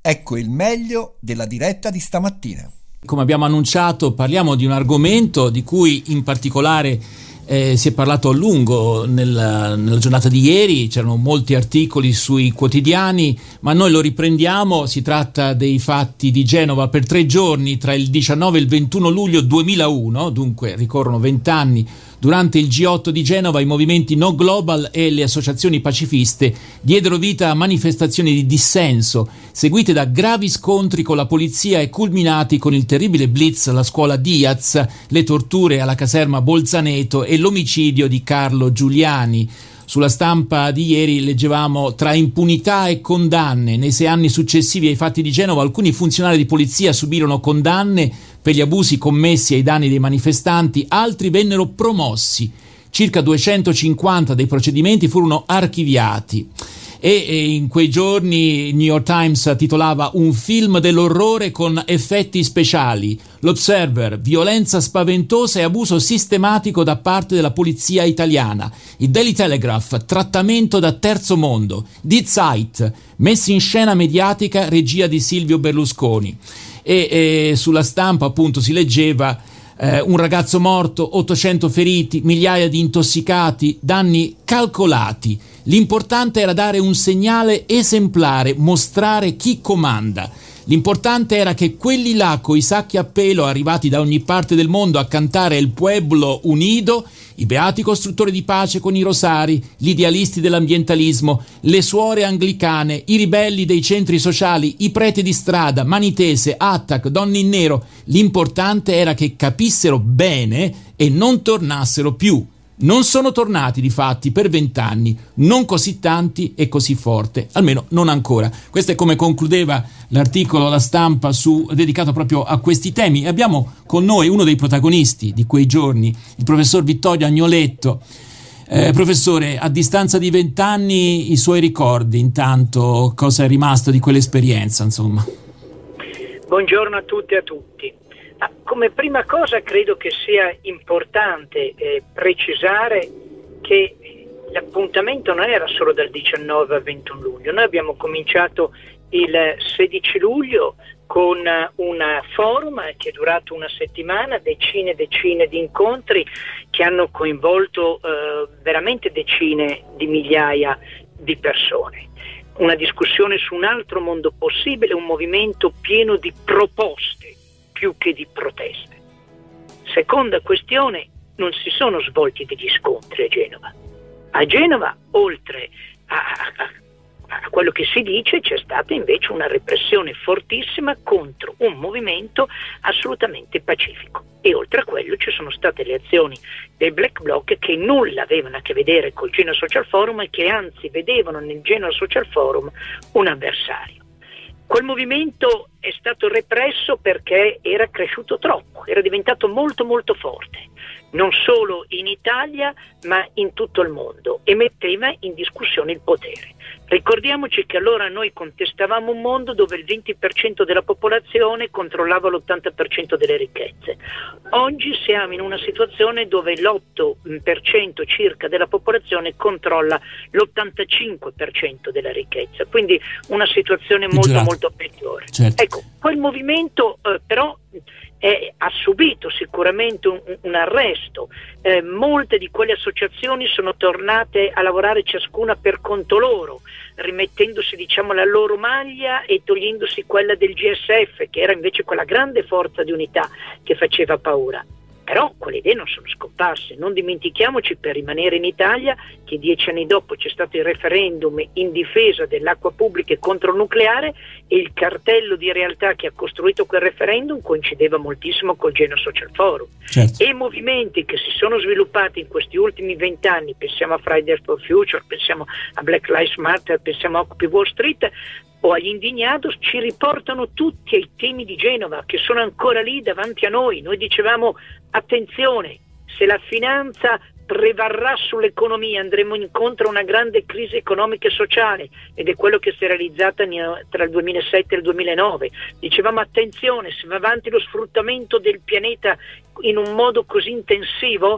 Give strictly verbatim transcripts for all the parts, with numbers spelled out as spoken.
Ecco il meglio della diretta di stamattina. Come abbiamo annunciato, parliamo di un argomento di cui in particolare eh, si è parlato a lungo nella, nella giornata di ieri. C'erano molti articoli sui quotidiani, ma noi lo riprendiamo. Si tratta dei fatti di Genova. Per tre giorni, tra il diciannove e il ventuno luglio duemilauno, dunque ricorrono vent'anni, durante il G otto di Genova i movimenti No Global e le associazioni pacifiste diedero vita a manifestazioni di dissenso, seguite da gravi scontri con la polizia e culminati con il terribile blitz alla scuola Diaz, le torture alla caserma Bolzaneto e l'omicidio di Carlo Giuliani. Sulla stampa di ieri leggevamo: tra impunità e condanne. Nei sei anni successivi ai fatti di Genova alcuni funzionari di polizia subirono condanne per gli abusi commessi ai danni dei manifestanti, altri vennero promossi. Circa duecentocinquanta dei procedimenti furono archiviati. E, e in quei giorni il New York Times titolava: un film dell'orrore con effetti speciali. L'Observer: violenza spaventosa e abuso sistematico da parte della polizia italiana. Il Daily Telegraph: trattamento da terzo mondo. Die Zeit: messa in scena mediatica, regia di Silvio Berlusconi. E, e sulla stampa appunto si leggeva eh, un ragazzo morto, ottocento feriti, migliaia di intossicati, danni calcolati. L'importante era dare un segnale esemplare, mostrare chi comanda. L'importante era che quelli là coi sacchi a pelo arrivati da ogni parte del mondo a cantare Il Pueblo Unido, i beati costruttori di pace con i rosari, gli idealisti dell'ambientalismo, le suore anglicane, i ribelli dei centri sociali, i preti di strada, Mani Tese, Attac, Donne in Nero, l'importante era che capissero bene e non tornassero più. Non sono tornati difatti per vent'anni, non così tanti e così forte, almeno non ancora. Questo è come concludeva l'articolo La Stampa su, dedicato proprio a questi temi. E abbiamo con noi uno dei protagonisti di quei giorni, il professor Vittorio Agnoletto. Eh, professore, a distanza di vent'anni i suoi ricordi, intanto cosa è rimasto di quell'esperienza, insomma? Buongiorno a tutte e a tutti. Ah, come prima cosa credo che sia importante eh, precisare che l'appuntamento non era solo dal diciannove al ventuno luglio. Noi abbiamo cominciato il sedici luglio con un forum che è durato una settimana, decine e decine di incontri che hanno coinvolto eh, veramente decine di migliaia di persone. Una discussione su un altro mondo possibile, un movimento pieno di proposte più che di proteste. Seconda questione: non si sono svolti degli scontri a Genova. A Genova, oltre a, a, a quello che si dice, c'è stata invece una repressione fortissima contro un movimento assolutamente pacifico. E oltre a quello ci sono state le azioni del Black Bloc che nulla avevano a che vedere col Genoa Social Forum e che anzi vedevano nel Genoa Social Forum un avversario. Quel movimento è stato represso perché era cresciuto troppo, era diventato molto molto forte, non solo in Italia ma in tutto il mondo, e metteva in discussione il potere. Ricordiamoci che allora noi contestavamo un mondo dove il venti per cento della popolazione controllava l'ottanta per cento delle ricchezze. Oggi siamo in una situazione dove l'otto per cento circa della popolazione controlla l'ottantacinque per cento della ricchezza, quindi una situazione molto Giurato. molto peggiore. Certo. Ecco, quel movimento eh, però Eh, ha subito sicuramente un, un arresto. Eh, molte di quelle associazioni sono tornate a lavorare ciascuna per conto loro, rimettendosi diciamo la loro maglia e togliendosi quella del G S F, che era invece quella grande forza di unità che faceva paura. Però quelle idee non sono scomparse. Non dimentichiamoci, per rimanere in Italia, che dieci anni dopo c'è stato il referendum in difesa dell'acqua pubblica e contro il nucleare, e il cartello di realtà che ha costruito quel referendum coincideva moltissimo col Genoa Social Forum. Certo. E i movimenti che si sono sviluppati in questi ultimi vent'anni, pensiamo a Fridays for Future, pensiamo a Black Lives Matter, pensiamo a Occupy Wall Street o agli Indignados, ci riportano tutti ai temi di Genova che sono ancora lì davanti a noi. Noi dicevamo: attenzione, se la finanza prevarrà sull'economia andremo incontro a una grande crisi economica e sociale, ed è quello che si è realizzata tra il duemilasette e il duemilanove. Dicevamo: attenzione, se va avanti lo sfruttamento del pianeta in un modo così intensivo,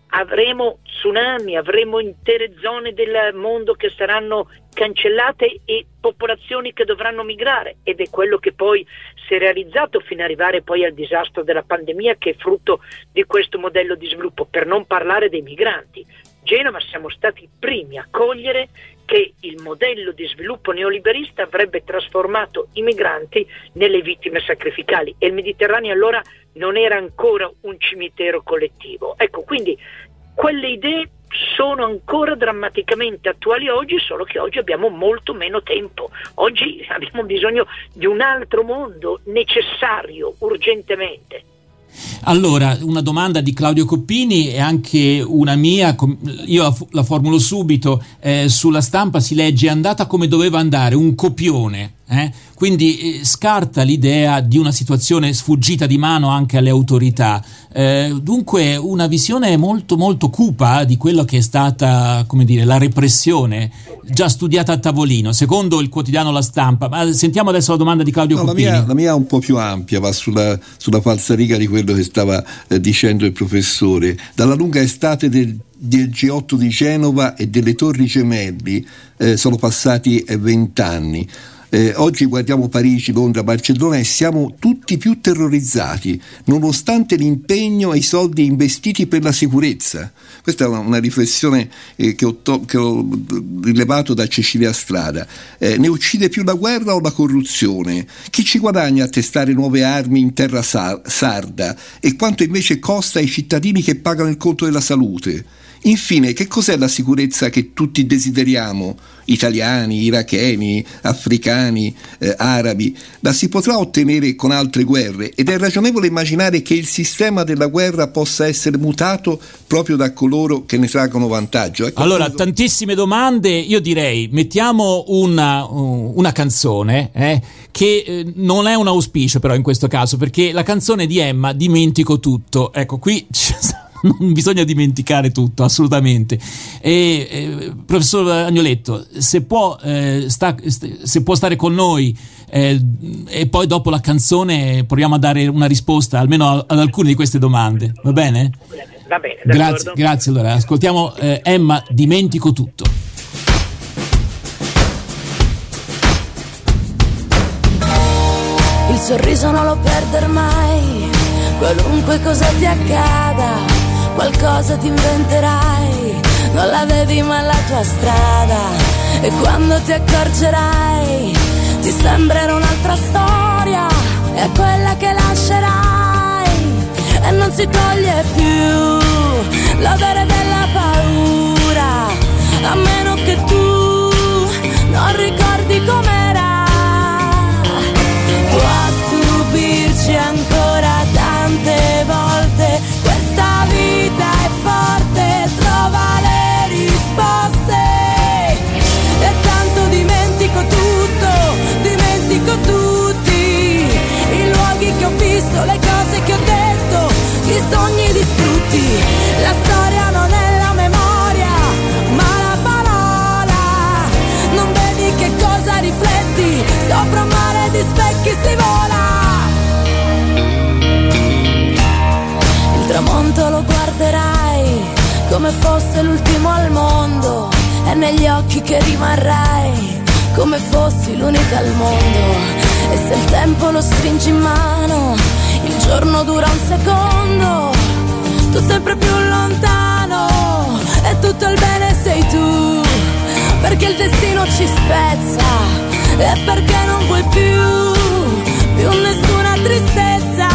avremo tsunami, avremo intere zone del mondo che saranno cancellate e popolazioni che dovranno migrare, ed è quello che poi si è realizzato fino ad arrivare poi al disastro della pandemia, che è frutto di questo modello di sviluppo, per non parlare dei migranti. Genova siamo stati i primi a cogliere che il modello di sviluppo neoliberista avrebbe trasformato i migranti nelle vittime sacrificali, e il Mediterraneo allora non era ancora un cimitero collettivo. Ecco, quindi quelle idee sono ancora drammaticamente attuali oggi, solo che oggi abbiamo molto meno tempo. Oggi abbiamo bisogno di un altro mondo necessario, urgentemente. Allora, una domanda di Claudio Coppini e anche una mia, io la formulo subito. Eh, sulla Stampa si legge: è andata come doveva andare, un copione. Eh? Quindi eh, scarta l'idea di una situazione sfuggita di mano anche alle autorità. Eh, dunque una visione molto molto cupa di quello che è stata, come dire, la repressione, già studiata a tavolino, secondo il quotidiano La Stampa. Ma sentiamo adesso la domanda di Claudio no, Coppini. La mia, la mia è un po' più ampia, va sulla, sulla falsariga di quello che stava eh, dicendo il professore. Dalla lunga estate del del G otto di Genova e delle Torri Gemelli eh, sono passati vent'anni. Eh, oggi guardiamo Parigi, Londra, Barcellona e siamo tutti più terrorizzati, nonostante l'impegno e i soldi investiti per la sicurezza. Questa è una, una riflessione eh, che, ho to- che ho rilevato da Cecilia Strada. Eh, ne uccide più la guerra o la corruzione? Chi ci guadagna a testare nuove armi in terra sar- sarda? E quanto invece costa ai cittadini che pagano il conto della salute? Infine, che cos'è la sicurezza che tutti desideriamo? Italiani, iracheni, africani, eh, arabi, la si potrà ottenere con altre guerre, ed è ragionevole immaginare che il sistema della guerra possa essere mutato proprio da coloro che ne traggono vantaggio. Ecco, allora, quello... tantissime domande. Io direi mettiamo una, una canzone eh, che eh, non è un auspicio però in questo caso, perché la canzone di Emma, Dimentico tutto, ecco qui non bisogna dimenticare tutto, assolutamente. E, eh, professor Agnoletto, se può, eh, sta, se può stare con noi eh, e poi dopo la canzone proviamo a dare una risposta almeno a, ad alcune di queste domande, va bene? Va bene, grazie, grazie. Allora ascoltiamo eh, Emma, Dimentico tutto. Il sorriso non lo perder mai, qualunque cosa ti accada, qualcosa ti inventerai, non la vedi ma la tua strada, e quando ti accorgerai ti sembrerà un'altra storia, è quella che lascerai e non si toglie più l'odore della paura, a meno che tu non ricordi com'era. Può stupirci ancora tante volte, questa vita è forte, trova le risposte, e tanto dimentico tutto, dimentico tutti i luoghi che ho visto, le cose che ho detto, i sogni distrutti. La storia non è la memoria ma la parola, non vedi che cosa rifletti, sopra un mare di specchi si vola. Il tramonto lo guarderai come fosse l'ultimo al mondo, e negli occhi che rimarrai come fossi l'unica al mondo. E se il tempo lo stringi in mano, il giorno dura un secondo, tu sempre più lontano, e tutto il bene sei tu, perché il destino ci spezza, e perché non vuoi più, più nessuna tristezza.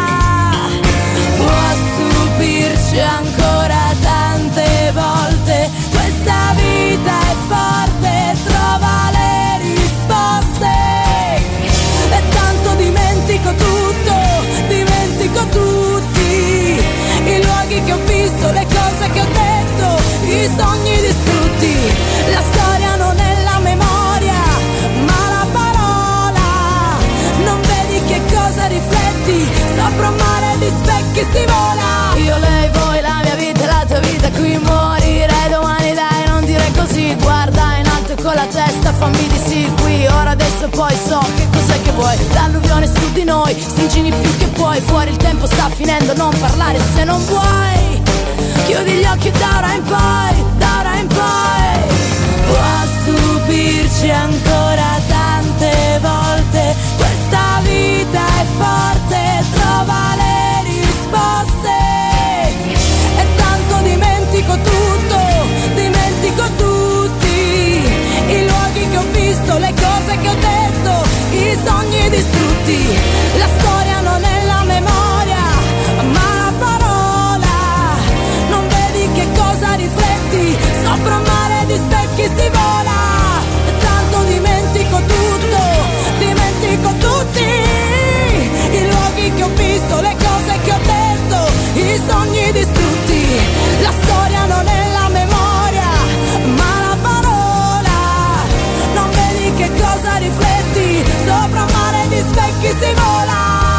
Può stupirci ancora tante volte, questa vita è forte, trova le risposte, e tanto dimentico tutto, dimentico tutti i luoghi che ho visto, le cose che ho detto, i sogni distrutti. La storia non è la memoria ma la parola, non vedi che cosa rifletti, sopra un mare di specchi si vola. Io, lei, voi, la mia vita e la tua vita, qui morirei domani, dai non dire così, guarda in alto con la testa, fammi di sì qui, ora adesso poi so che cos'è che vuoi, l'alluvione su di noi, stringini più che puoi, fuori il tempo sta finendo, non parlare se non vuoi, chiudi gli occhi d'ora in poi, d'ora in poi. Può stupirci ancora tante volte, questa vita è forte, trova le risposte. E tanto dimentico tutto, dimentico tutti i luoghi che ho visto, le cose che ho detto, i sogni distrutti. La storia non è la memoria, ma la parola. Non vedi che cosa rifletti, sopra un mare di specchi si vola. E tanto dimentico tutto, dimentico tutti i luoghi che ho visto, le cose che ho detto, i sogni distrutti. La storia non è la memoria, ma la parola. Non vedi che cosa rifletti, sopra un mare di specchi si vola.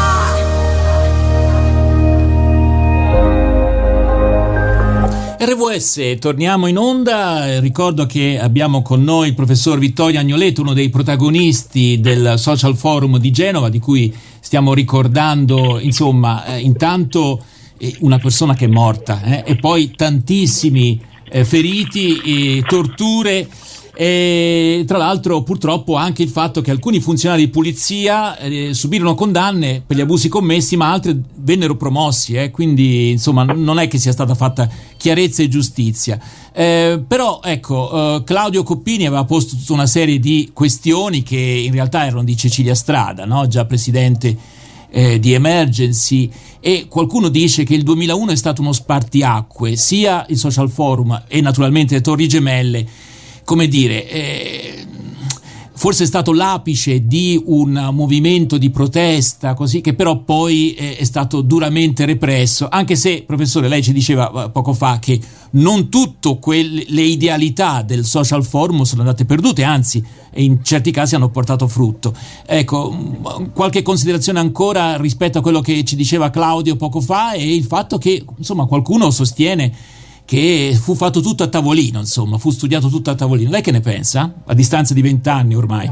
R V S, torniamo in onda. Ricordo che abbiamo con noi il professor Vittorio Agnoletto, uno dei protagonisti del Social Forum di Genova, di cui stiamo ricordando, insomma, eh, intanto eh, una persona che è morta, eh, e poi tantissimi eh, feriti, eh, torture. E tra l'altro purtroppo anche il fatto che alcuni funzionari di polizia eh, subirono condanne per gli abusi commessi, ma altri vennero promossi, eh, quindi insomma non è che sia stata fatta chiarezza e giustizia. Eh, però ecco, eh, Claudio Coppini aveva posto tutta una serie di questioni che in realtà erano di Cecilia Strada, no? Già presidente eh, di Emergency, e qualcuno dice che il duemilauno è stato uno spartiacque, sia il Social Forum e naturalmente le Torri Gemelle. Come dire, eh, forse è stato l'apice di un movimento di protesta, così, che però poi eh, è stato duramente represso, anche se, professore, lei ci diceva poco fa che non tutte le idealità del Social Forum sono andate perdute, anzi in certi casi hanno portato frutto. Ecco, qualche considerazione ancora rispetto a quello che ci diceva Claudio poco fa, e il fatto che insomma qualcuno sostiene che fu fatto tutto a tavolino, insomma, fu studiato tutto a tavolino. Lei che ne pensa? A distanza di vent'anni ormai.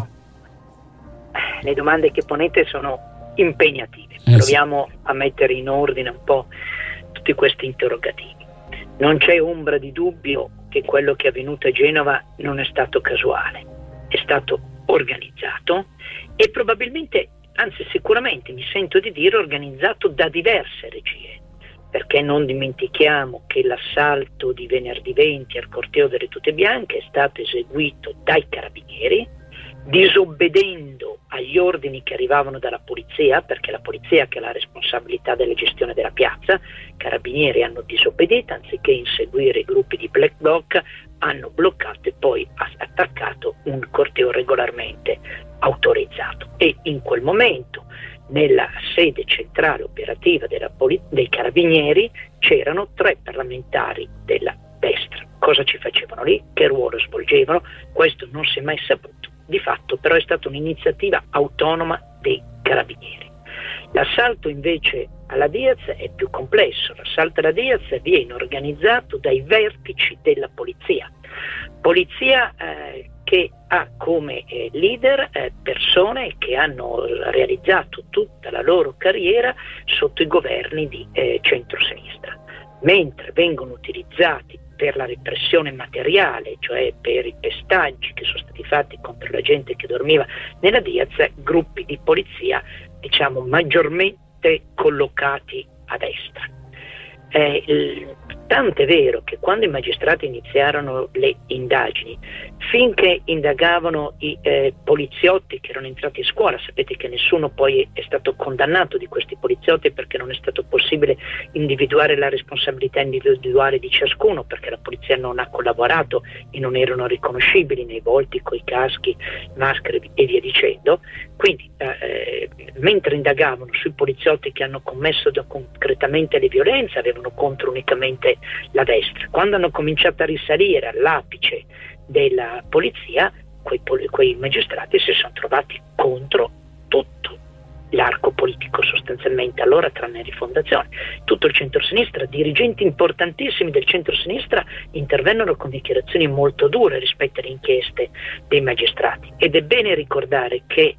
Le domande che ponete sono impegnative. Eh, Proviamo sì. a mettere in ordine un po' tutti questi interrogativi. Non c'è ombra di dubbio che quello che è avvenuto a Genova non è stato casuale, è stato organizzato e probabilmente, anzi sicuramente, mi sento di dire, organizzato da diverse regie. Perché non dimentichiamo che l'assalto di venerdì venti al corteo delle tute bianche è stato eseguito dai carabinieri, disobbedendo agli ordini che arrivavano dalla polizia, perché è la polizia che ha la responsabilità della gestione della piazza. I carabinieri hanno disobbedito, anziché inseguire i gruppi di black bloc, hanno bloccato e poi attaccato un corteo regolarmente autorizzato. E in quel momento, nella sede centrale operativa della poli- dei carabinieri, c'erano tre parlamentari della destra. Cosa ci facevano lì? Che ruolo svolgevano? Questo non si è mai saputo. Di fatto però è stata un'iniziativa autonoma dei carabinieri. L'assalto invece alla Diaz è più complesso. L'assalto alla Diaz viene organizzato dai vertici della polizia. Polizia eh, che ha come eh, leader eh, persone che hanno realizzato tutta la loro carriera sotto i governi di eh, centrosinistra, mentre vengono utilizzati per la repressione materiale, cioè per i pestaggi che sono stati fatti contro la gente che dormiva nella Diaz, gruppi di polizia diciamo maggiormente collocati a destra. Eh, il, tant'è vero che quando i magistrati iniziarono le indagini, finché indagavano i eh, poliziotti che erano entrati in scuola, sapete che nessuno poi è stato condannato di questi poliziotti perché non è stato possibile individuare la responsabilità individuale di ciascuno, perché la polizia non ha collaborato e non erano riconoscibili nei volti, coi caschi, maschere e via dicendo. Quindi eh, mentre indagavano sui poliziotti che hanno commesso concretamente le violenze, avevano contro unicamente la destra. Quando hanno cominciato a risalire all'apice della polizia, quei, quei magistrati si sono trovati contro tutto l'arco politico sostanzialmente, allora tranne Rifondazione. Tutto il centrosinistra, dirigenti importantissimi del centrosinistra intervennero con dichiarazioni molto dure rispetto alle inchieste dei magistrati. Ed è bene ricordare che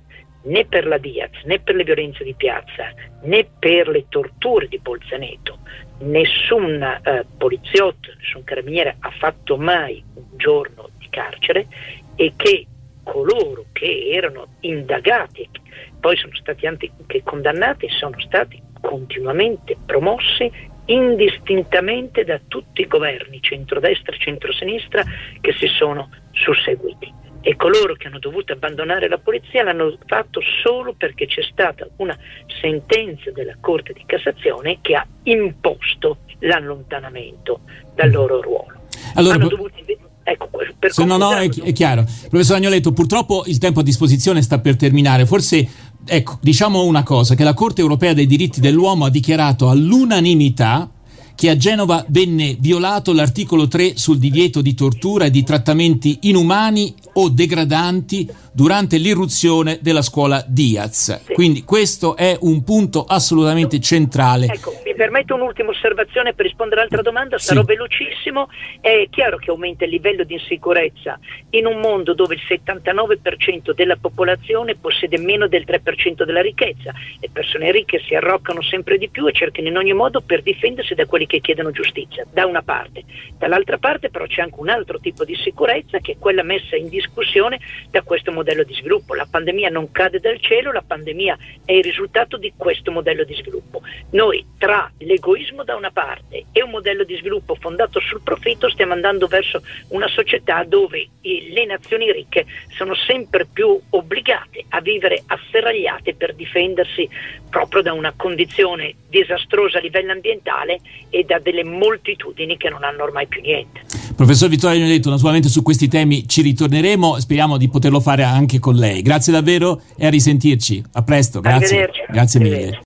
né per la Diaz, né per le violenze di piazza, né per le torture di Bolzaneto. Nessun eh, poliziotto, nessun carabiniere ha fatto mai un giorno di carcere, e che coloro che erano indagati, poi sono stati anche condannati, sono stati continuamente promossi indistintamente da tutti i governi, centrodestra e centrosinistra, che si sono susseguiti. E coloro che hanno dovuto abbandonare la polizia l'hanno fatto solo perché c'è stata una sentenza della Corte di Cassazione che ha imposto l'allontanamento dal loro ruolo. Allora, hanno dovuto, ecco, per se no, no, è, è chiaro. Professor Agnoletto, purtroppo il tempo a disposizione sta per terminare. Forse, ecco, diciamo una cosa, che la Corte Europea dei Diritti dell'Uomo ha dichiarato all'unanimità che a Genova venne violato l'articolo tre sul divieto di tortura e di trattamenti inumani o degradanti durante l'irruzione della scuola Diaz. Sì. Quindi questo è un punto assolutamente centrale. Ecco, mi permetto un'ultima osservazione per rispondere all'altra domanda, sarò sì. velocissimo. È chiaro che aumenta il livello di insicurezza in un mondo dove il settantanove per cento della popolazione possiede meno del tre per cento della ricchezza. Le persone ricche si arroccano sempre di più e cercano in ogni modo per difendersi da quelli che chiedono giustizia, da una parte. Dall'altra parte però c'è anche un altro tipo di sicurezza, che è quella messa in discussione da questo modello di sviluppo. La pandemia non cade dal cielo, la pandemia è il risultato di questo modello di sviluppo. Noi, tra l'egoismo da una parte e un modello di sviluppo fondato sul profitto, stiamo andando verso una società dove le nazioni ricche sono sempre più obbligate a vivere asserragliate per difendersi proprio da una condizione disastrosa a livello ambientale e da delle moltitudini che non hanno ormai più niente. Professor Vittorio Agnoletto, naturalmente su questi temi ci ritorneremo, speriamo di poterlo fare anche con lei. Grazie davvero e a risentirci. A presto, grazie. Grazie mille.